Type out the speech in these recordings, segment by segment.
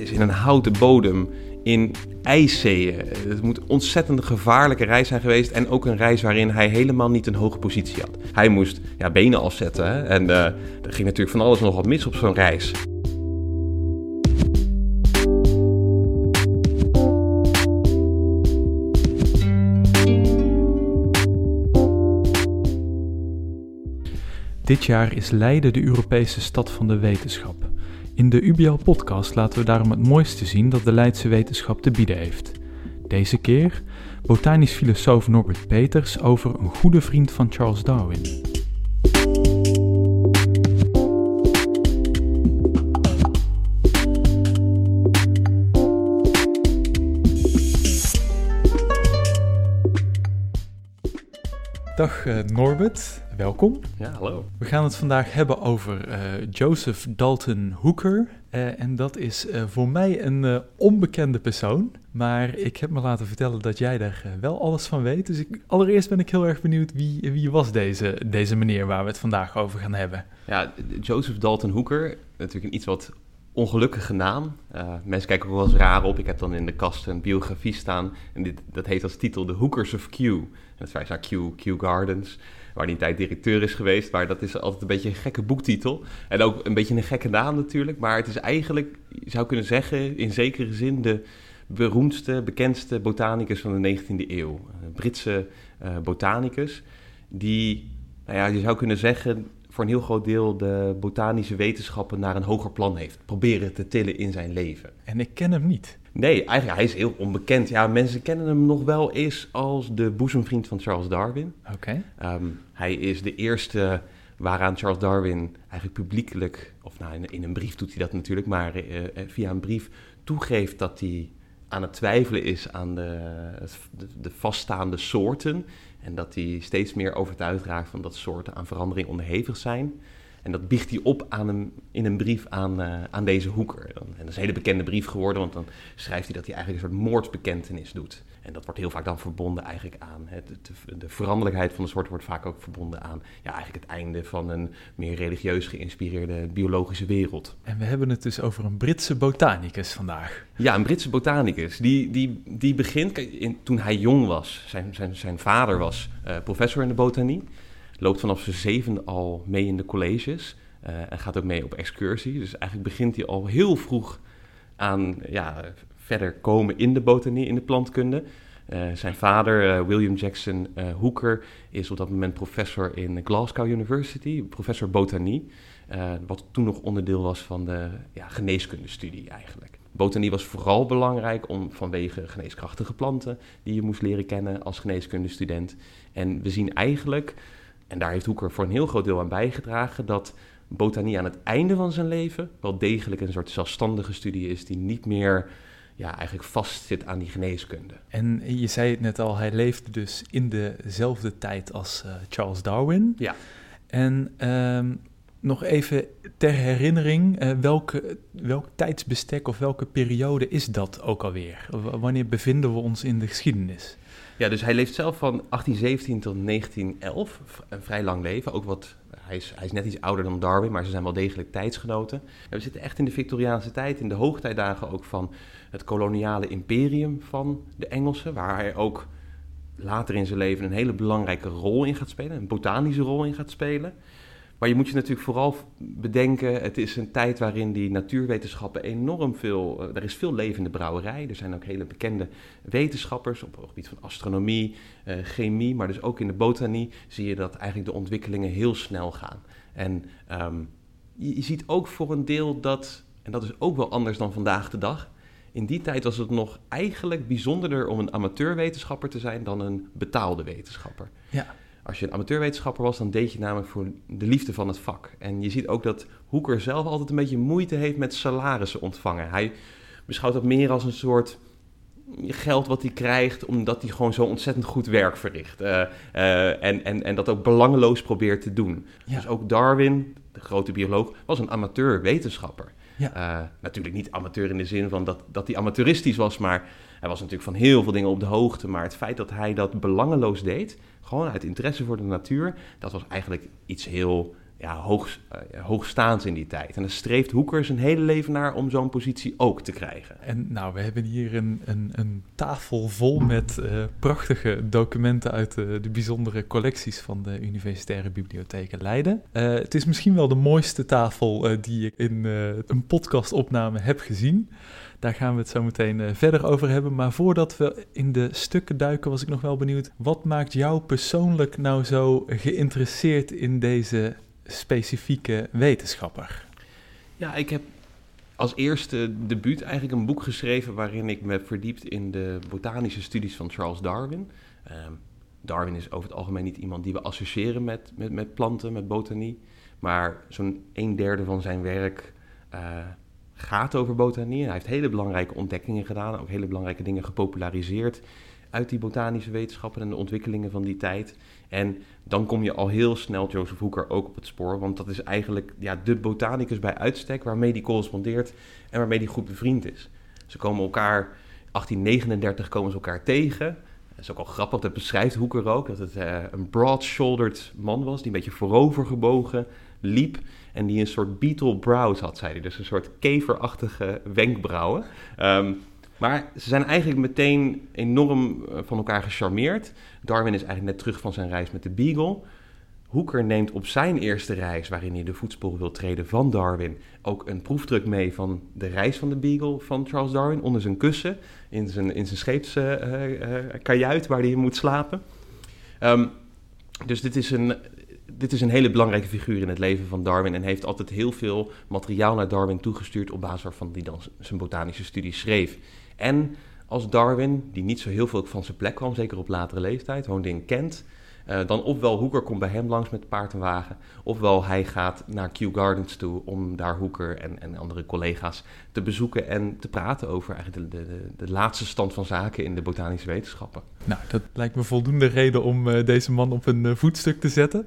is in een houten bodem in ijszeeën. Het moet een ontzettend gevaarlijke reis zijn geweest. En ook een reis waarin hij helemaal niet een hoge positie had. Hij moest benen afzetten. Hè? En er ging natuurlijk van alles nog wat mis op zo'n reis. Dit jaar is Leiden de Europese stad van de wetenschap. In de UBL-podcast laten we daarom het mooiste zien dat de Leidse wetenschap te bieden heeft. Deze keer botanisch filosoof Norbert Peters over een goede vriend van Charles Darwin. Dag Norbert, welkom. Ja, hallo. We gaan het vandaag hebben over Joseph Dalton Hooker. En dat is voor mij een onbekende persoon. Maar ik heb me laten vertellen dat jij daar wel alles van weet. Dus allereerst ben ik heel erg benieuwd wie was deze meneer waar we het vandaag over gaan hebben. Ja, Joseph Dalton Hooker, natuurlijk een iets wat ongelukkige naam. Mensen kijken ook wel eens raar op. Ik heb dan in de kast een biografie staan. En dat heet als titel The Hookers of Kew. En dat verwijst naar Kew Gardens, waar hij een tijd directeur is geweest. Maar dat is altijd een beetje een gekke boektitel. En ook een beetje een gekke naam natuurlijk. Maar het is eigenlijk, je zou kunnen zeggen, in zekere zin de beroemdste, bekendste botanicus van de 19e eeuw. Een Britse botanicus die, je zou kunnen zeggen, voor een heel groot deel de botanische wetenschappen naar een hoger plan heeft proberen te tillen in zijn leven. En ik ken hem niet. Nee, eigenlijk hij is heel onbekend. Ja, mensen kennen hem nog wel eens als de boezemvriend van Charles Darwin. Oké. Hij is de eerste waaraan Charles Darwin eigenlijk publiekelijk, of in een brief doet hij dat natuurlijk, maar via een brief toegeeft dat hij aan het twijfelen is aan de vaststaande soorten. En dat hij steeds meer overtuigd raakt van dat soorten aan verandering onderhevig zijn. En dat biecht hij op in een brief aan deze Hooker. En dat is een hele bekende brief geworden, want dan schrijft hij dat hij eigenlijk een soort moordbekentenis doet. En dat wordt heel vaak dan verbonden eigenlijk aan, de veranderlijkheid van de soort wordt vaak ook verbonden aan eigenlijk het einde van een meer religieus geïnspireerde biologische wereld. En we hebben het dus over een Britse botanicus vandaag. Ja, een Britse botanicus. Die begint, toen hij jong was, zijn vader was professor in de botanie. Loopt vanaf zijn 7e al mee in de colleges en gaat ook mee op excursie. Dus eigenlijk begint hij al heel vroeg aan verder komen in de botanie, in de plantkunde. Zijn vader, William Jackson Hooker, is op dat moment professor in Glasgow University, professor botanie. Wat toen nog onderdeel was van de geneeskundestudie eigenlijk. Botanie was vooral belangrijk vanwege geneeskrachtige planten die je moest leren kennen als geneeskundestudent. En we zien eigenlijk, en daar heeft Hooker voor een heel groot deel aan bijgedragen, dat botanie aan het einde van zijn leven wel degelijk een soort zelfstandige studie is die niet meer eigenlijk vastzit aan die geneeskunde. En je zei het net al, hij leefde dus in dezelfde tijd als Charles Darwin. Ja. En nog even ter herinnering, welk tijdsbestek of welke periode is dat ook alweer? Wanneer bevinden we ons in de geschiedenis? Ja, dus hij leeft zelf van 1817 tot 1911, een vrij lang leven. Ook hij is net iets ouder dan Darwin, maar ze zijn wel degelijk tijdsgenoten. En we zitten echt in de Victoriaanse tijd, in de hoogtijdagen ook van het koloniale imperium van de Engelsen, waar hij ook later in zijn leven een hele belangrijke rol in gaat spelen, een botanische rol in gaat spelen. Maar je moet je natuurlijk vooral bedenken, het is een tijd waarin die natuurwetenschappen enorm veel, er is veel leven in de brouwerij. Er zijn ook hele bekende wetenschappers op het gebied van astronomie, chemie, maar dus ook in de botanie zie je dat eigenlijk de ontwikkelingen heel snel gaan. En je ziet ook voor een deel dat, en dat is ook wel anders dan vandaag de dag, in die tijd was het nog eigenlijk bijzonderder om een amateurwetenschapper te zijn dan een betaalde wetenschapper. Ja. Als je een amateurwetenschapper was, dan deed je namelijk voor de liefde van het vak. En je ziet ook dat Hooker zelf altijd een beetje moeite heeft met salarissen ontvangen. Hij beschouwt dat meer als een soort geld wat hij krijgt, omdat hij gewoon zo ontzettend goed werk verricht. En dat ook belangeloos probeert te doen. Ja. Dus ook Darwin, de grote bioloog, was een amateurwetenschapper. Ja. Natuurlijk niet amateur in de zin van dat hij amateuristisch was, maar hij was natuurlijk van heel veel dingen op de hoogte. Maar het feit dat hij dat belangeloos deed, gewoon uit interesse voor de natuur, dat was eigenlijk iets heel hoogstaans in die tijd. En daar streeft Hooker zijn hele leven naar om zo'n positie ook te krijgen. En nou, we hebben hier een tafel vol met prachtige documenten uit de bijzondere collecties van de Universitaire Bibliotheek Leiden. Het is misschien wel de mooiste tafel die ik in een podcastopname heb gezien. Daar gaan we het zo meteen verder over hebben. Maar voordat we in de stukken duiken, was ik nog wel benieuwd. Wat maakt jou persoonlijk nou zo geïnteresseerd in deze specifieke wetenschapper? Ja, ik heb als eerste debuut eigenlijk een boek geschreven waarin ik me verdiept in de botanische studies van Charles Darwin. Darwin is over het algemeen niet iemand die we associëren met planten, met botanie. Maar zo'n 1/3 van zijn werk gaat over botanie. Hij heeft hele belangrijke ontdekkingen gedaan, ook hele belangrijke dingen gepopulariseerd uit die botanische wetenschappen en de ontwikkelingen van die tijd. En dan kom je al heel snel Joseph Hooker ook op het spoor, want dat is eigenlijk de botanicus bij uitstek waarmee hij correspondeert en waarmee hij goed bevriend is. Ze komen elkaar, 1839 komen ze elkaar tegen. Dat is ook al grappig, dat beschrijft Hooker ook, dat het een broad-shouldered man was, die een beetje voorovergebogen liep en die een soort beetle brows had, zei hij. Dus een soort keverachtige wenkbrauwen. Maar ze zijn eigenlijk meteen enorm van elkaar gecharmeerd. Darwin is eigenlijk net terug van zijn reis met de Beagle. Hooker neemt op zijn eerste reis, waarin hij de voetsporen wil treden van Darwin, ook een proefdruk mee van de reis van de Beagle van Charles Darwin onder zijn kussen, in zijn scheepskajuit waar hij in moet slapen. Dus dit is een hele belangrijke figuur in het leven van Darwin en heeft altijd heel veel materiaal naar Darwin toegestuurd op basis waarvan hij dan zijn botanische studie schreef. En als Darwin, die niet zo heel veel van zijn plek kwam, zeker op latere leeftijd, woonde in Kent, dan ofwel Hooker komt bij hem langs met paard en wagen, ofwel hij gaat naar Kew Gardens toe om daar Hooker en andere collega's te bezoeken en te praten over eigenlijk de laatste stand van zaken in de botanische wetenschappen. Nou, dat lijkt me voldoende reden om deze man op een voetstuk te zetten.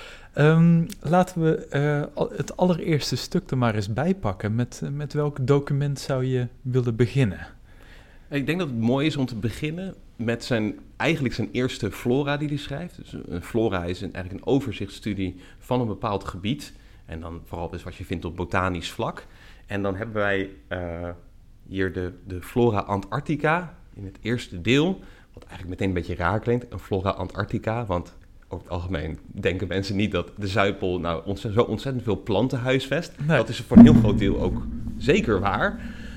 Laten we het allereerste stuk er maar eens bijpakken. Met welk document zou je willen beginnen? Ik denk dat het mooi is om te beginnen met zijn eerste flora die hij schrijft. Dus een flora is eigenlijk een overzichtsstudie van een bepaald gebied. En dan vooral dus wat je vindt op botanisch vlak. En dan hebben wij hier de flora Antarctica in het eerste deel. Wat eigenlijk meteen een beetje raar klinkt, een flora Antarctica. Want over het algemeen denken mensen niet dat de Zuidpool zo ontzettend veel planten huisvest. Nee. Dat is voor een heel groot deel ook zeker waar.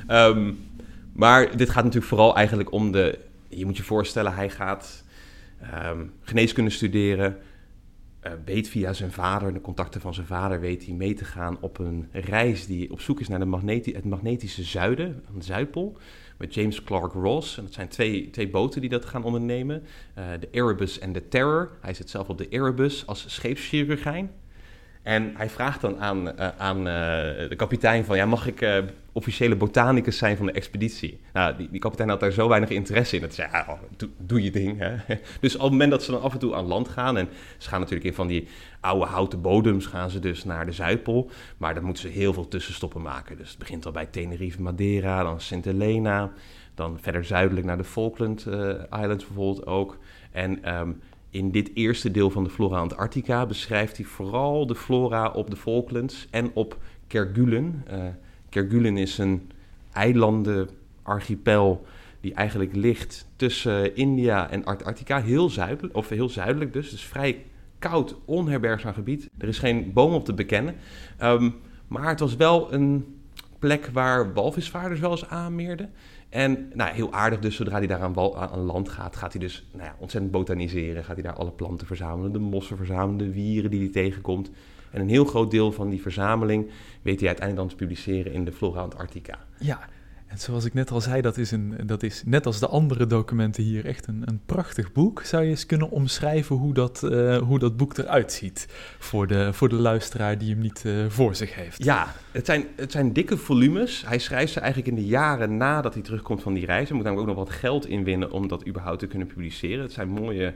Maar dit gaat natuurlijk vooral eigenlijk om je moet je voorstellen, hij gaat geneeskunde studeren, weet via zijn vader, de contacten van zijn vader, weet hij mee te gaan op een reis die op zoek is naar het magnetische zuiden, aan de Zuidpool, met James Clark Ross. En dat zijn twee boten die dat gaan ondernemen, de Erebus en de Terror. Hij zit zelf op de Erebus als scheepschirurgijn. En hij vraagt dan aan de kapitein van, mag ik officiële botanicus zijn van de expeditie? Nou, die kapitein had daar zo weinig interesse in. Dat zei, doe je ding. Hè? Dus op het moment dat ze dan af en toe aan land gaan, en ze gaan natuurlijk in van die oude houten bodems, gaan ze dus naar de Zuidpool. Maar dan moeten ze heel veel tussenstoppen maken. Dus het begint al bij Tenerife, Madeira, dan Sint Helena, dan verder zuidelijk naar de Falkland Islands bijvoorbeeld ook. En in dit eerste deel van de flora Antarctica beschrijft hij vooral de flora op de Falklands en op Kerguelen. Kerguelen is een eilandenarchipel die eigenlijk ligt tussen India en Antarctica, heel zuidelijk dus vrij koud, onherbergzaam gebied. Er is geen boom op te bekennen, maar het was wel een plek waar walvisvaarders wel eens aanmeerden. En heel aardig dus, zodra hij daar aan land gaat hij dus ontzettend botaniseren. Gaat hij daar alle planten verzamelen, de mossen verzamelen, de wieren die hij tegenkomt. En een heel groot deel van die verzameling weet hij uiteindelijk dan te publiceren in de Flora Antarctica. Ja, en zoals ik net al zei, dat is net als de andere documenten hier echt een prachtig boek. Zou je eens kunnen omschrijven hoe dat boek eruit ziet voor de luisteraar die hem niet voor zich heeft? Ja, het zijn dikke volumes. Hij schrijft ze eigenlijk in de jaren nadat hij terugkomt van die reis. Hij moet namelijk ook nog wat geld inwinnen om dat überhaupt te kunnen publiceren. Het zijn mooie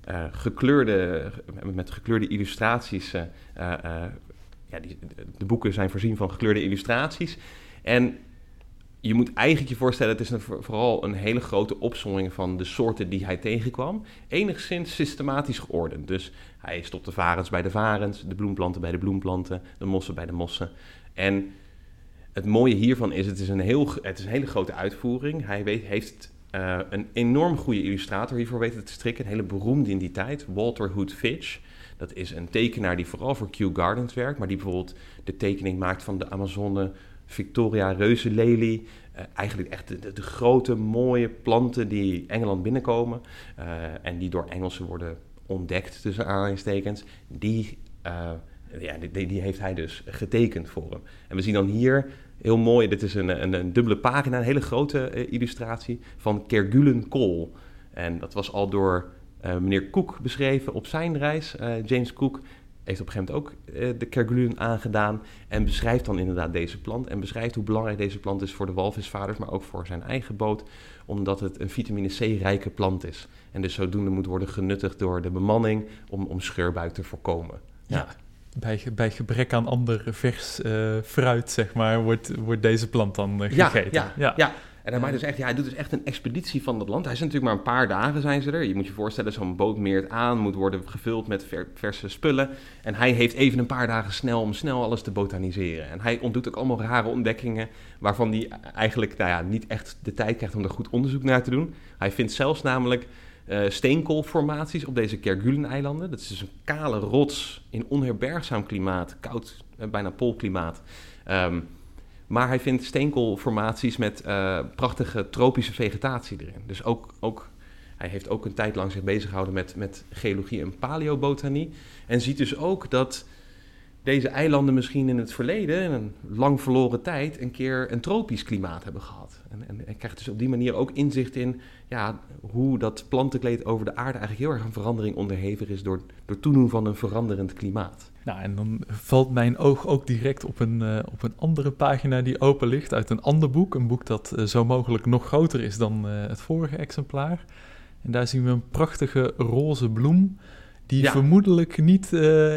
met gekleurde illustraties. De boeken zijn voorzien van gekleurde illustraties. En je moet eigenlijk je voorstellen, het is vooral een hele grote opsomming van de soorten die hij tegenkwam. Enigszins systematisch geordend. Dus hij stopt de varens bij de varens, de bloemplanten bij de bloemplanten, de mossen bij de mossen. En het mooie hiervan is, het is een hele grote uitvoering. Hij heeft een enorm goede illustrator hiervoor weten te strikken. Een hele beroemde in die tijd, Walter Hood Fitch. Dat is een tekenaar die vooral voor Kew Gardens werkt, maar die bijvoorbeeld de tekening maakt van de Amazone Victoria reuzenlelie. Eigenlijk echt de grote, mooie planten die Engeland binnenkomen en die door Engelsen worden ontdekt, tussen aanhalingstekens. Die heeft hij dus getekend voor hem. En we zien dan hier, heel mooi, dit is een dubbele pagina, een hele grote illustratie van Kerguelen kool. En dat was al door meneer Cook beschreven op zijn reis. James Cook heeft op een gegeven moment ook de Kerguelen aangedaan en beschrijft dan inderdaad deze plant en beschrijft hoe belangrijk deze plant is voor de walvisvaders, maar ook voor zijn eigen boot, omdat het een vitamine C-rijke plant is. En dus zodoende moet worden genuttigd door de bemanning om scheurbuik te voorkomen. Ja. Bij gebrek aan ander vers fruit, zeg maar, wordt deze plant dan gegeten. Ja. En hij doet dus echt een expeditie van dat land. Hij is natuurlijk maar een paar dagen zijn ze er. Je moet je voorstellen, zo'n boot meert aan, moet worden gevuld met verse spullen. En hij heeft even een paar dagen snel alles te botaniseren. En hij ontdoet ook allemaal rare ontdekkingen, waarvan hij eigenlijk niet echt de tijd krijgt om er goed onderzoek naar te doen. Hij vindt zelfs namelijk steenkoolformaties op deze Kerguelen-eilanden. Dat is dus een kale rots in onherbergzaam klimaat, koud, bijna poolklimaat. Maar hij vindt steenkoolformaties met prachtige tropische vegetatie erin. Dus hij heeft ook een tijd lang zich bezig gehouden met geologie en paleobotanie. En ziet dus ook dat deze eilanden misschien in het verleden, in een lang verloren tijd, een keer een tropisch klimaat hebben gehad. En krijgt dus op die manier ook inzicht in hoe dat plantenkleed over de aarde eigenlijk heel erg aan verandering onderhevig is door toedoen van een veranderend klimaat. Nou, en dan valt mijn oog ook direct op een andere pagina die open ligt uit een ander boek. Een boek dat zo mogelijk nog groter is dan het vorige exemplaar. En daar zien we een prachtige roze bloem die vermoedelijk niet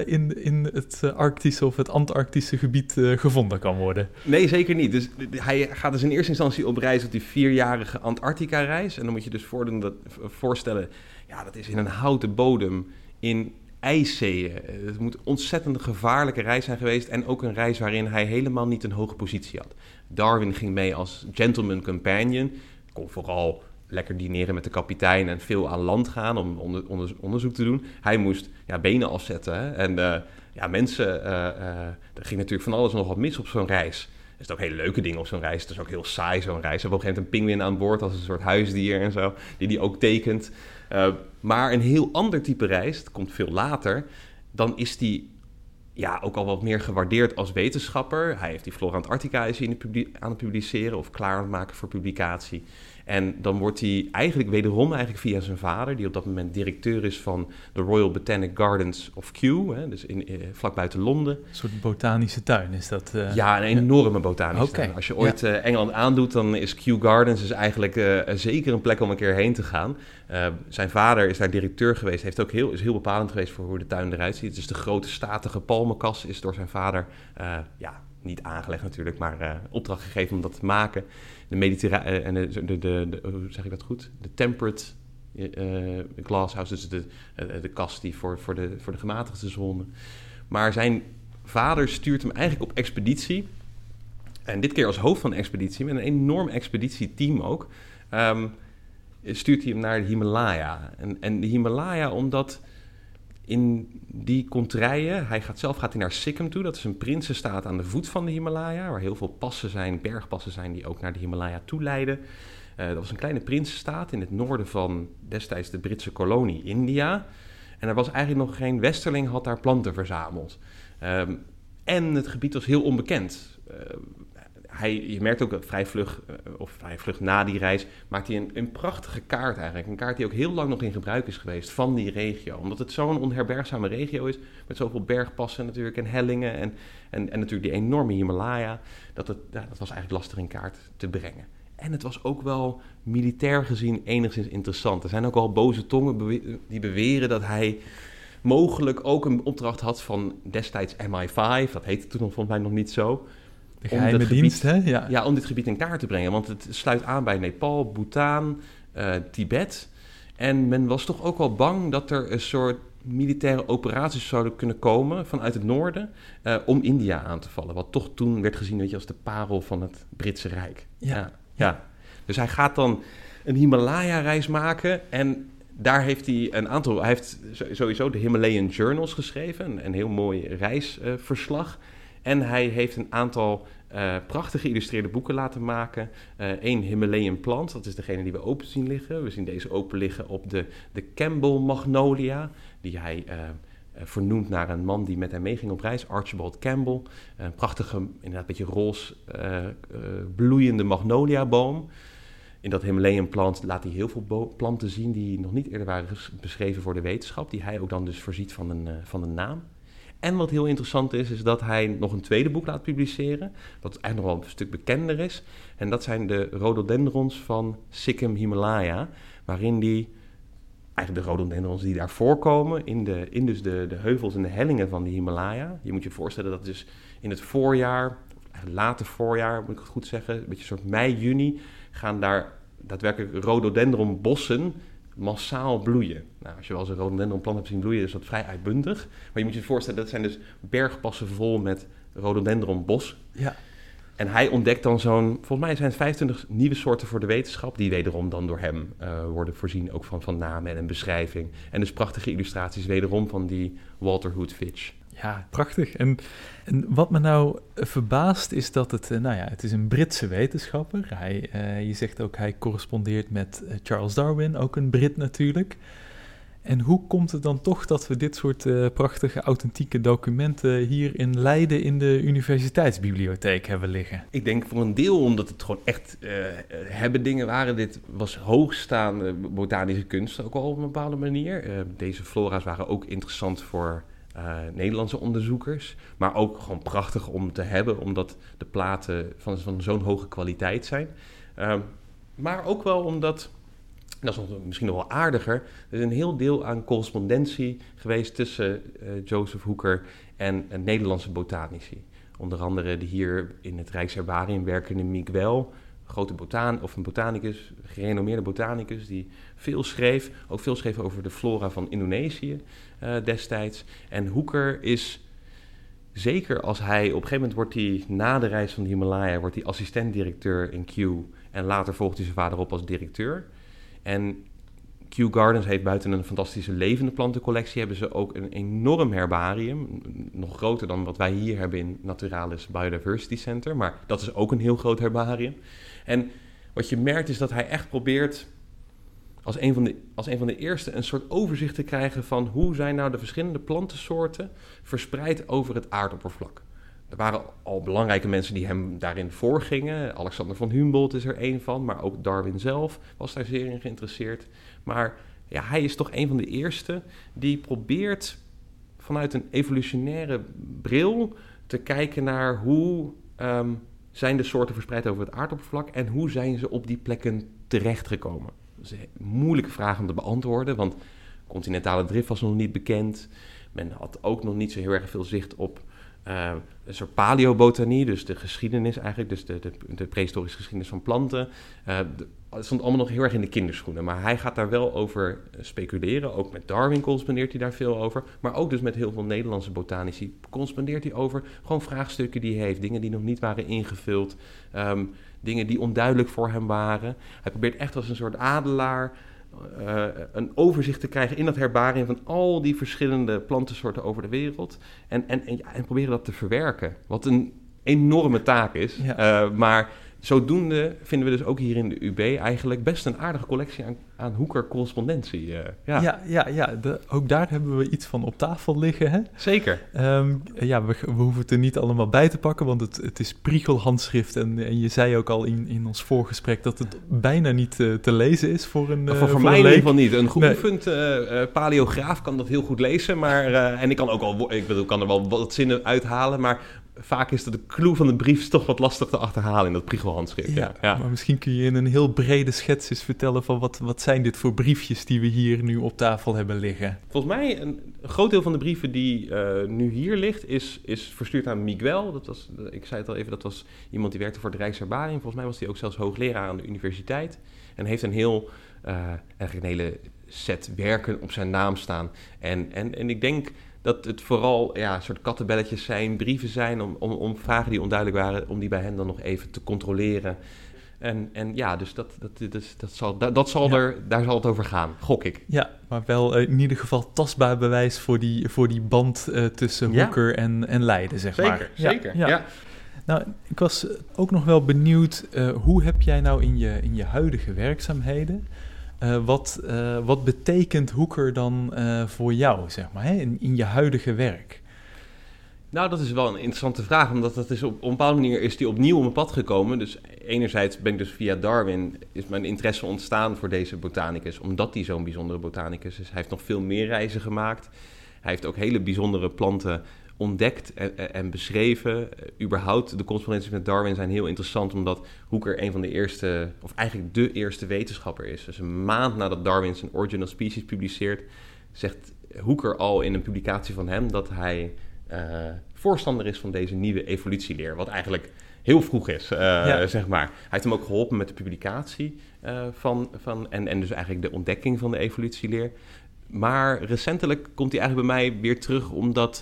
in het Arctische of het Antarctische gebied gevonden kan worden. Nee, zeker niet. Dus hij gaat dus in eerste instantie op reis op die 4-jarige Antarctica-reis. En dan moet je dus voorstellen, dat is in een houten bodem in ijszeeën. Het moet een ontzettend gevaarlijke reis zijn geweest en ook een reis waarin hij helemaal niet een hoge positie had. Darwin ging mee als gentleman companion, kon vooral lekker dineren met de kapitein en veel aan land gaan om onderzoek te doen. Hij moest benen afzetten. Hè? En mensen, er ging natuurlijk van alles nog wat mis op zo'n reis. Er zijn ook hele leuke dingen op zo'n reis. Het is ook heel saai zo'n reis. We hebben op een gegeven moment een pinguïn aan boord als een soort huisdier en zo, die ook tekent. Maar een heel ander type reis, dat komt veel later, dan is die ook al wat meer gewaardeerd als wetenschapper. Hij heeft die Flora Antarctica aan het publiceren of klaar aan het maken voor publicatie. En dan wordt hij eigenlijk via zijn vader, die op dat moment directeur is van de Royal Botanic Gardens of Kew, dus vlak buiten Londen. Een soort botanische tuin is dat? Ja, een enorme botanische tuin. Als je ooit Engeland aandoet, dan is Kew Gardens dus eigenlijk zeker een plek om een keer heen te gaan. Zijn vader is daar directeur geweest, is heel bepalend geweest voor hoe de tuin eruit ziet. Dus de grote statige palmenkas is door zijn vader niet aangelegd natuurlijk, maar opdracht gegeven om dat te maken. De mediterrane hoe zeg ik dat goed? De temperate glasshouse, dus de kast die voor de gematigde zone. Maar zijn vader stuurt hem eigenlijk op expeditie. En dit keer als hoofd van de expeditie, met een enorm expeditieteam ook, stuurt hij hem naar de Himalaya. En de Himalaya, omdat in die contraien, hij gaat naar Sikkim toe. Dat is een prinsenstaat aan de voet van de Himalaya, waar heel veel passen zijn, bergpassen zijn die ook naar de Himalaya toe leiden. Dat was een kleine prinsenstaat in het noorden van destijds de Britse kolonie India. En er was eigenlijk nog geen westerling had daar planten verzameld. En het gebied was heel onbekend. Je merkt ook dat vrij vlug na die reis maakt hij een prachtige kaart eigenlijk. Een kaart die ook heel lang nog in gebruik is geweest van die regio. Omdat het zo'n onherbergzame regio is, met zoveel bergpassen natuurlijk en hellingen en natuurlijk die enorme Himalaya. Dat was eigenlijk lastig in kaart te brengen. En het was ook wel militair gezien enigszins interessant. Er zijn ook al boze tongen die beweren dat hij mogelijk ook een opdracht had van destijds MI5. Dat heette toen volgens mij nog niet zo. De geheime dienst, hè? Ja. Ja, om dit gebied in kaart te brengen. Want het sluit aan bij Nepal, Bhutan, Tibet. En men was toch ook wel bang dat er een soort militaire operaties zouden kunnen komen vanuit het noorden om India aan te vallen. Wat toch toen werd gezien als de parel van het Britse Rijk. Ja. Dus hij gaat dan een Himalaya-reis maken en daar heeft hij een aantal... Hij heeft sowieso de Himalayan Journals geschreven, een heel mooi reisverslag. En hij heeft een aantal prachtig geïllustreerde boeken laten maken. Eén Himalayan plant, dat is degene die we open zien liggen. We zien deze open liggen op de Campbell Magnolia, die hij vernoemt naar een man die met hem meeging op reis, Archibald Campbell. Een prachtige, inderdaad een beetje roze bloeiende magnoliaboom. In dat Himalayan plant laat hij heel veel planten zien die nog niet eerder waren beschreven voor de wetenschap, die hij ook dan dus voorziet van een naam. En wat heel interessant is dat hij nog een tweede boek laat publiceren, dat eigenlijk nog wel een stuk bekender is. En dat zijn de rhododendrons van Sikkim Himalaya, waarin die, eigenlijk de rhododendrons die daar voorkomen, in dus de heuvels en de hellingen van de Himalaya. Je moet je voorstellen dat dus in het voorjaar, late voorjaar moet ik het goed zeggen, een beetje soort mei, juni, gaan daar daadwerkelijk rhododendronbossen massaal bloeien. Nou, als je wel eens een rhododendronplant hebt zien bloeien, is dat vrij uitbundig. Maar je moet je voorstellen, dat zijn dus bergpassen vol met rhododendronbos. Ja. En hij ontdekt dan volgens mij zijn het 25 nieuwe soorten voor de wetenschap, die wederom dan door hem worden voorzien, ook van namen en een beschrijving. En dus prachtige illustraties wederom van die Walter Hood Fitch. Ja, prachtig. En wat me nou verbaast is dat het is een Britse wetenschapper. Je zegt ook, hij correspondeert met Charles Darwin, ook een Brit natuurlijk. En hoe komt het dan toch dat we dit soort prachtige, authentieke documenten hier in Leiden in de universiteitsbibliotheek hebben liggen? Ik denk voor een deel omdat het gewoon echt dingen waren. Dit was hoogstaande botanische kunst ook al op een bepaalde manier. Deze flora's waren ook interessant voor Nederlandse onderzoekers, maar ook gewoon prachtig om te hebben, omdat de platen van zo'n hoge kwaliteit zijn. Maar ook wel omdat, dat is misschien nog wel aardiger, er is een heel deel aan correspondentie geweest tussen Joseph Hooker en Nederlandse botanici. Onder andere de hier in het Rijksherbarium werkende Miguel, een botanicus, gerenommeerde botanicus, die veel schreef over de flora van Indonesië destijds. En Hooker is, zeker als hij, op een gegeven moment wordt hij na de reis van de Himalaya, wordt hij assistent-directeur in Kew en later volgt hij zijn vader op als directeur. En Kew Gardens heeft buiten een fantastische levende plantencollectie, hebben ze ook een enorm herbarium, nog groter dan wat wij hier hebben in Naturalis Biodiversity Center, maar dat is ook een heel groot herbarium. En wat je merkt is dat hij echt probeert als een van de eerste een soort overzicht te krijgen van hoe zijn nou de verschillende plantensoorten verspreid over het aardoppervlak. Er waren al belangrijke mensen die hem daarin voorgingen. Alexander von Humboldt is er één van, maar ook Darwin zelf was daar zeer in geïnteresseerd. Maar ja, hij is toch een van de eerste die probeert vanuit een evolutionaire bril te kijken naar hoe zijn de soorten verspreid over het aardoppervlak en hoe zijn ze op die plekken terechtgekomen. Dat is een moeilijke vraag om te beantwoorden, want continentale drift was nog niet bekend. Men had ook nog niet zo heel erg veel zicht op een soort paleobotanie, dus de geschiedenis eigenlijk, dus de prehistorische geschiedenis van planten. Het stond allemaal nog heel erg in de kinderschoenen, maar hij gaat daar wel over speculeren. Ook met Darwin correspondeert hij daar veel over, maar ook dus met heel veel Nederlandse botanici correspondeert hij over gewoon vraagstukken die hij heeft, dingen die nog niet waren ingevuld, dingen die onduidelijk voor hem waren. Hij probeert echt als een soort adelaar een overzicht te krijgen in dat herbarium van al die verschillende plantensoorten over de wereld en proberen dat te verwerken. Wat een enorme taak is, ja. Maar zodoende vinden we dus ook hier in de UB eigenlijk best een aardige collectie aan Hooker-correspondentie. Ook daar hebben we iets van op tafel liggen. Hè? Zeker. We hoeven het er niet allemaal bij te pakken, want het is priegelhandschrift. En je zei ook al in ons voorgesprek dat het bijna niet te lezen is voor een voor mij in ieder geval niet. Een geoefend paleograaf kan dat heel goed lezen, maar en ik kan er wel wat zinnen uithalen, maar vaak is de clue van de brief toch wat lastig te achterhalen in dat priegelhandschrift. Ja, Ja. Maar misschien kun je in een heel brede schets eens vertellen van wat zijn dit voor briefjes die we hier nu op tafel hebben liggen? Volgens mij een groot deel van de brieven die nu hier ligt is verstuurd aan Miguel. Ik zei het al even, dat was iemand die werkte voor het Rijksherbarium. Volgens mij was hij ook zelfs hoogleraar aan de universiteit. En heeft eigenlijk een hele set werken op zijn naam staan. En ik denk dat het vooral een soort kattenbelletjes zijn, brieven zijn om vragen die onduidelijk waren, om die bij hen dan nog even te controleren. Dus daar zal het over gaan, gok ik. Ja, maar wel in ieder geval tastbaar bewijs voor die band tussen Hooker en Leiden, zeg maar. Zeker. Ja. Nou, ik was ook nog wel benieuwd, hoe heb jij nou in je huidige werkzaamheden, wat betekent Hooker dan voor jou, zeg maar, hè, in je huidige werk? Nou, dat is wel een interessante vraag, omdat dat is op een bepaalde manier is die opnieuw op mijn pad gekomen. Dus enerzijds ben ik dus via Darwin, is mijn interesse ontstaan voor deze botanicus, omdat hij zo'n bijzondere botanicus is. Hij heeft nog veel meer reizen gemaakt. Hij heeft ook hele bijzondere planten ontdekt en beschreven. Überhaupt, de correspondenties met Darwin zijn heel interessant, omdat Hooker een van de eerste, of eigenlijk de eerste wetenschapper is. Dus een maand nadat Darwin zijn Origin of Species publiceert, zegt Hooker al in een publicatie van hem dat hij voorstander is van deze nieuwe evolutieleer, wat eigenlijk heel vroeg is, zeg maar. Hij heeft hem ook geholpen met de publicatie en dus eigenlijk de ontdekking van de evolutieleer. Maar recentelijk komt hij eigenlijk bij mij weer terug, omdat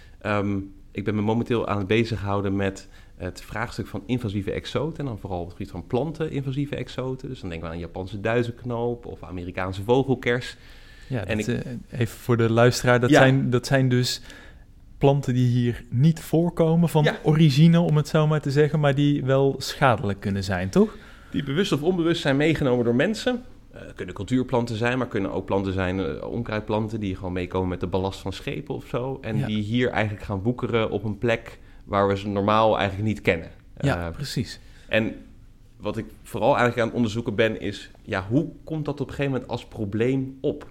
ik ben me momenteel aan het bezighouden met het vraagstuk van invasieve exoten, en dan vooral op het gebied van planten invasieve exoten. Dus dan denken we aan Japanse duizenknoop of Amerikaanse vogelkers. Ja, even voor de luisteraar, dat zijn dus planten die hier niet voorkomen van origine, om het zo maar te zeggen, maar die wel schadelijk kunnen zijn, toch? Die bewust of onbewust zijn meegenomen door mensen. Kunnen cultuurplanten zijn, maar kunnen ook planten zijn, onkruidplanten, die gewoon meekomen met de ballast van schepen of zo. En die hier eigenlijk gaan woekeren op een plek waar we ze normaal eigenlijk niet kennen. Ja, precies. En wat ik vooral eigenlijk aan het onderzoeken ben, is hoe komt dat op een gegeven moment als probleem op?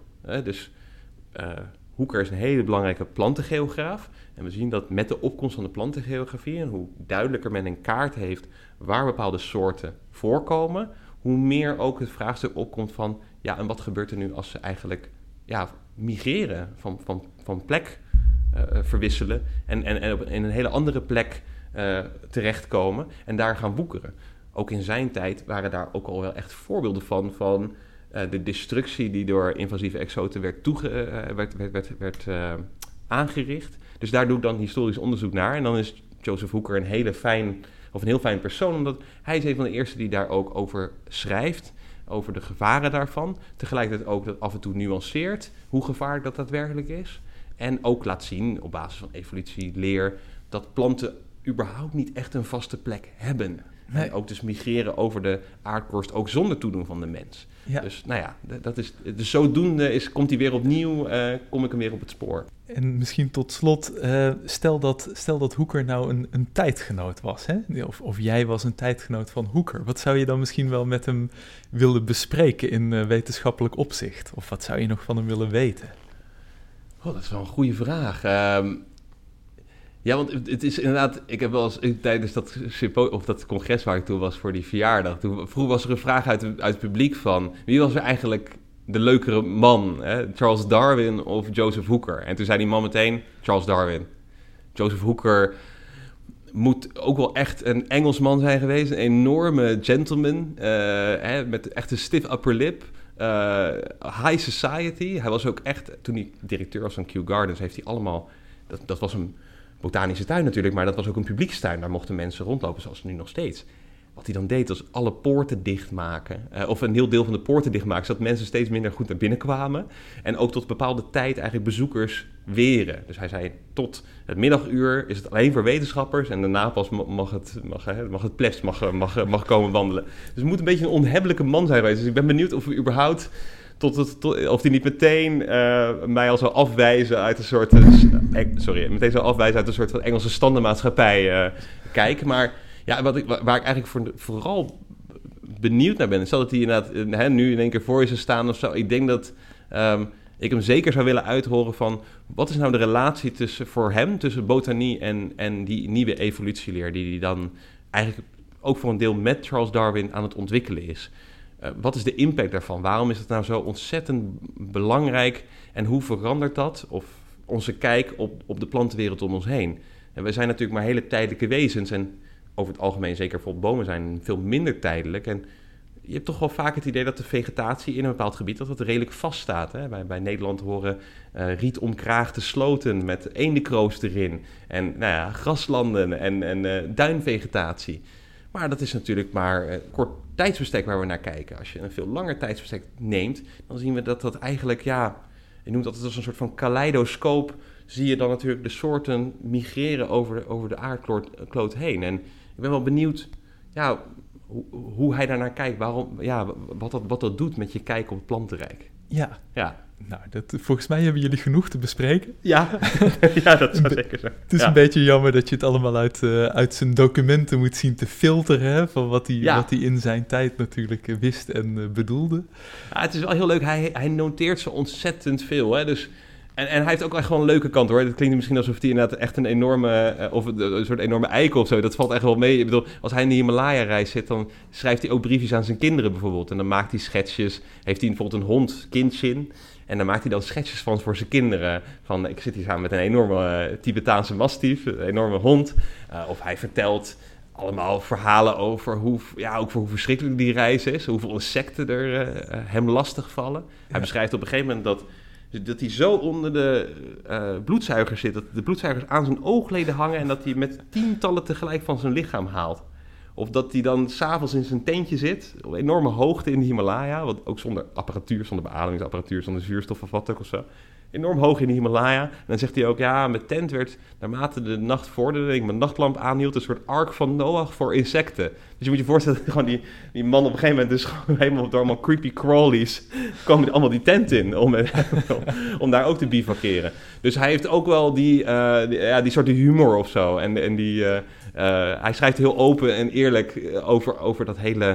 Hooker is een hele belangrijke plantengeograaf. En we zien dat met de opkomst van de plantengeografie en hoe duidelijker men een kaart heeft waar bepaalde soorten voorkomen, hoe meer ook het vraagstuk opkomt van, en wat gebeurt er nu als ze eigenlijk migreren, van plek verwisselen en in een hele andere plek terechtkomen en daar gaan woekeren. Ook in zijn tijd waren daar ook al wel echt voorbeelden van de destructie die door invasieve exoten werd aangericht. Dus daar doe ik dan historisch onderzoek naar. En dan is Joseph Hooker een heel fijn persoon, omdat hij is een van de eerste die daar ook over schrijft, over de gevaren daarvan. Tegelijkertijd ook dat af en toe nuanceert hoe gevaarlijk dat daadwerkelijk is. En ook laat zien, op basis van evolutieleer, dat planten überhaupt niet echt een vaste plek hebben. Nee. En ook dus migreren over de aardkorst, ook zonder toedoen van de mens. Ja. Dus dat is, dus zodoende komt hij weer opnieuw, kom ik hem weer op het spoor. En misschien tot slot, stel dat Hooker nou een tijdgenoot was, hè? Of jij was een tijdgenoot van Hooker. Wat zou je dan misschien wel met hem willen bespreken in wetenschappelijk opzicht? Of wat zou je nog van hem willen weten? Dat is wel een goede vraag. Want het is inderdaad, ik heb wel eens tijdens dat congres waar ik toen was voor die verjaardag, vroeger was er een vraag uit het publiek van, wie was er eigenlijk de leukere man, hè? Charles Darwin of Joseph Hooker? En toen zei die man meteen, Charles Darwin. Joseph Hooker moet ook wel echt een Engelsman zijn geweest, een enorme gentleman, met echt een stiff upper lip. High society. Hij was ook echt, toen hij directeur was van Kew Gardens, heeft hij allemaal, dat was een botanische tuin natuurlijk, maar dat was ook een publiekstuin. Daar mochten mensen rondlopen, zoals nu nog steeds. Wat hij dan deed, was alle poorten dichtmaken. Of een heel deel van de poorten dichtmaken, zodat mensen steeds minder goed naar binnen kwamen. En ook tot een bepaalde tijd eigenlijk bezoekers weren. Dus hij zei, tot het middaguur is het alleen voor wetenschappers en daarna pas mag het plebs mag komen wandelen. Dus het moet een beetje een onhebbelijke man zijn geweest. Dus ik ben benieuwd of we überhaupt of hij niet meteen mij al zou afwijzen uit een soort van Engelse standenmaatschappij kijken. Maar waar ik eigenlijk vooral benieuwd naar ben, stel dat hij inderdaad nu in één keer voor je zou staan of zo. Ik denk dat ik hem zeker zou willen uithoren van... wat is nou de relatie voor hem tussen botanie en die nieuwe evolutieleer... die hij dan eigenlijk ook voor een deel met Charles Darwin aan het ontwikkelen is. Wat is de impact daarvan? Waarom is het nou zo ontzettend belangrijk? En hoe verandert dat? Of onze kijk op de plantenwereld om ons heen? En we zijn natuurlijk maar hele tijdelijke wezens... en over het algemeen, zeker bijvoorbeeld bomen, zijn veel minder tijdelijk... En je hebt toch wel vaak het idee dat de vegetatie in een bepaald gebied... dat het redelijk vaststaat. Hè? Bij Nederland horen rietomkraagde sloten met eendenkroos erin... en graslanden en duinvegetatie. Maar dat is natuurlijk maar een kort tijdsbestek waar we naar kijken. Als je een veel langer tijdsbestek neemt... dan zien we dat eigenlijk, je noemt dat als een soort van kaleidoscoop... zie je dan natuurlijk de soorten migreren over de aardkloot heen. En ik ben wel benieuwd... hoe hij daarnaar kijkt, wat dat doet met je kijk op het plantenrijk. Ja. Ja. Nou, volgens mij hebben jullie genoeg te bespreken. Ja, ja, dat is zeker zo. Het is een beetje jammer dat je het allemaal uit zijn documenten moet zien te filteren... Hè, van wat hij in zijn tijd natuurlijk wist en bedoelde. Ja, het is wel heel leuk, hij noteert zo ontzettend veel, hè, dus... En hij heeft ook echt gewoon een leuke kant, hoor. Het klinkt misschien alsof hij inderdaad echt een enorme... of een soort enorme eikel of zo. Dat valt echt wel mee. Ik bedoel, als hij in de Himalaya-reis zit... dan schrijft hij ook briefjes aan zijn kinderen bijvoorbeeld. En dan maakt hij schetsjes. Heeft hij bijvoorbeeld een hond, Kinchin. En dan maakt hij dan schetsjes van voor zijn kinderen. Van, ik zit hier samen met een enorme Tibetaanse mastief. Een enorme hond. Of hij vertelt... allemaal verhalen over hoe verschrikkelijk die reis is. Hoeveel insecten er hem lastig vallen. Hij beschrijft op een gegeven moment dat hij zo onder de bloedzuigers zit... dat de bloedzuigers aan zijn oogleden hangen... en dat hij met tientallen tegelijk van zijn lichaam haalt. Of dat hij dan 's avonds in zijn tentje zit... op enorme hoogte in de Himalaya... want ook zonder apparatuur, zonder beademingsapparatuur... zonder zuurstof of wat ook of zo... enorm hoog in de Himalaya. En dan zegt hij ook, mijn tent werd, naarmate de nacht vorderde... ik mijn nachtlamp aanhield, een soort ark van Noach voor insecten. Dus je moet je voorstellen, gewoon die man op een gegeven moment... dus gewoon helemaal door allemaal creepy crawlies... komen allemaal die tent in om daar ook te bivakeren. Dus hij heeft ook wel die soort humor of zo. En hij schrijft heel open en eerlijk over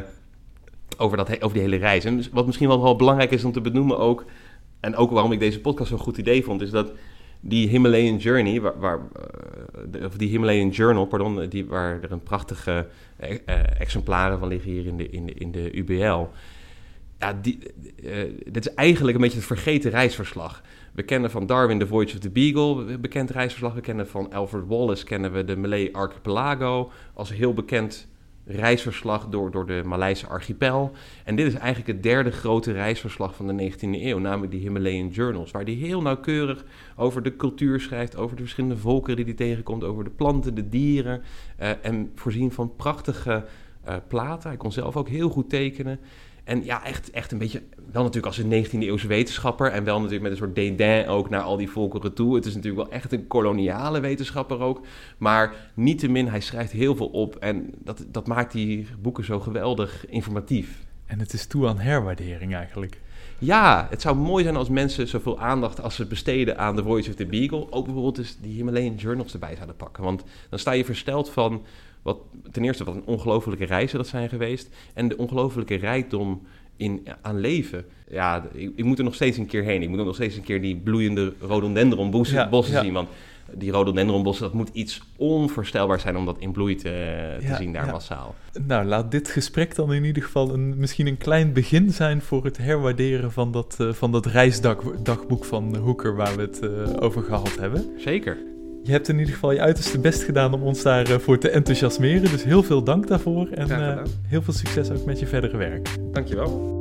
die hele reis. En wat misschien wel belangrijk is om te benoemen ook... en ook waarom ik deze podcast zo'n goed idee vond... is dat die Himalayan Journey... of die Himalayan Journal, pardon... waar er een prachtige exemplaren van liggen hier in de UBL... Ja, dit is eigenlijk een beetje het vergeten reisverslag. We kennen van Darwin The Voyage of the Beagle, bekend reisverslag. We kennen van Alfred Wallace de Malay Archipelago... als heel bekend reisverslag door de Maleise archipel. En dit is eigenlijk het derde grote reisverslag van de 19e eeuw, namelijk die Himalayan Journals, waar hij heel nauwkeurig over de cultuur schrijft, over de verschillende volkeren die hij tegenkomt, over de planten, de dieren, en voorzien van prachtige platen. Hij kon zelf ook heel goed tekenen. En ja, echt een beetje, wel natuurlijk als een 19e eeuwse wetenschapper en wel natuurlijk met een soort dédain ook naar al die volkeren toe. Het is natuurlijk wel echt een koloniale wetenschapper ook, maar niettemin, hij schrijft heel veel op en dat maakt die boeken zo geweldig informatief. En het is toe aan herwaardering eigenlijk. Ja, het zou mooi zijn als mensen zoveel aandacht als ze besteden aan The Voyage of the Beagle, ook bijvoorbeeld dus die Himalayan Journals erbij zouden pakken. Want dan sta je versteld van ten eerste wat een ongelofelijke reizen dat zijn geweest en de ongelofelijke rijkdom aan leven. Ja, ik moet er nog steeds een keer heen. Ik moet nog steeds een keer die bloeiende rhododendronbossen zien, want die rhododendronbossen, dat moet iets onvoorstelbaars zijn om dat in bloei te zien daar massaal. Nou, laat dit gesprek dan in ieder geval misschien een klein begin zijn voor het herwaarderen van dat reisdagboek van Hooker waar we het over gehad hebben. Zeker. Je hebt in ieder geval je uiterste best gedaan om ons daarvoor te enthousiasmeren. Dus heel veel dank daarvoor en heel veel succes ook met je verdere werk. Dankjewel.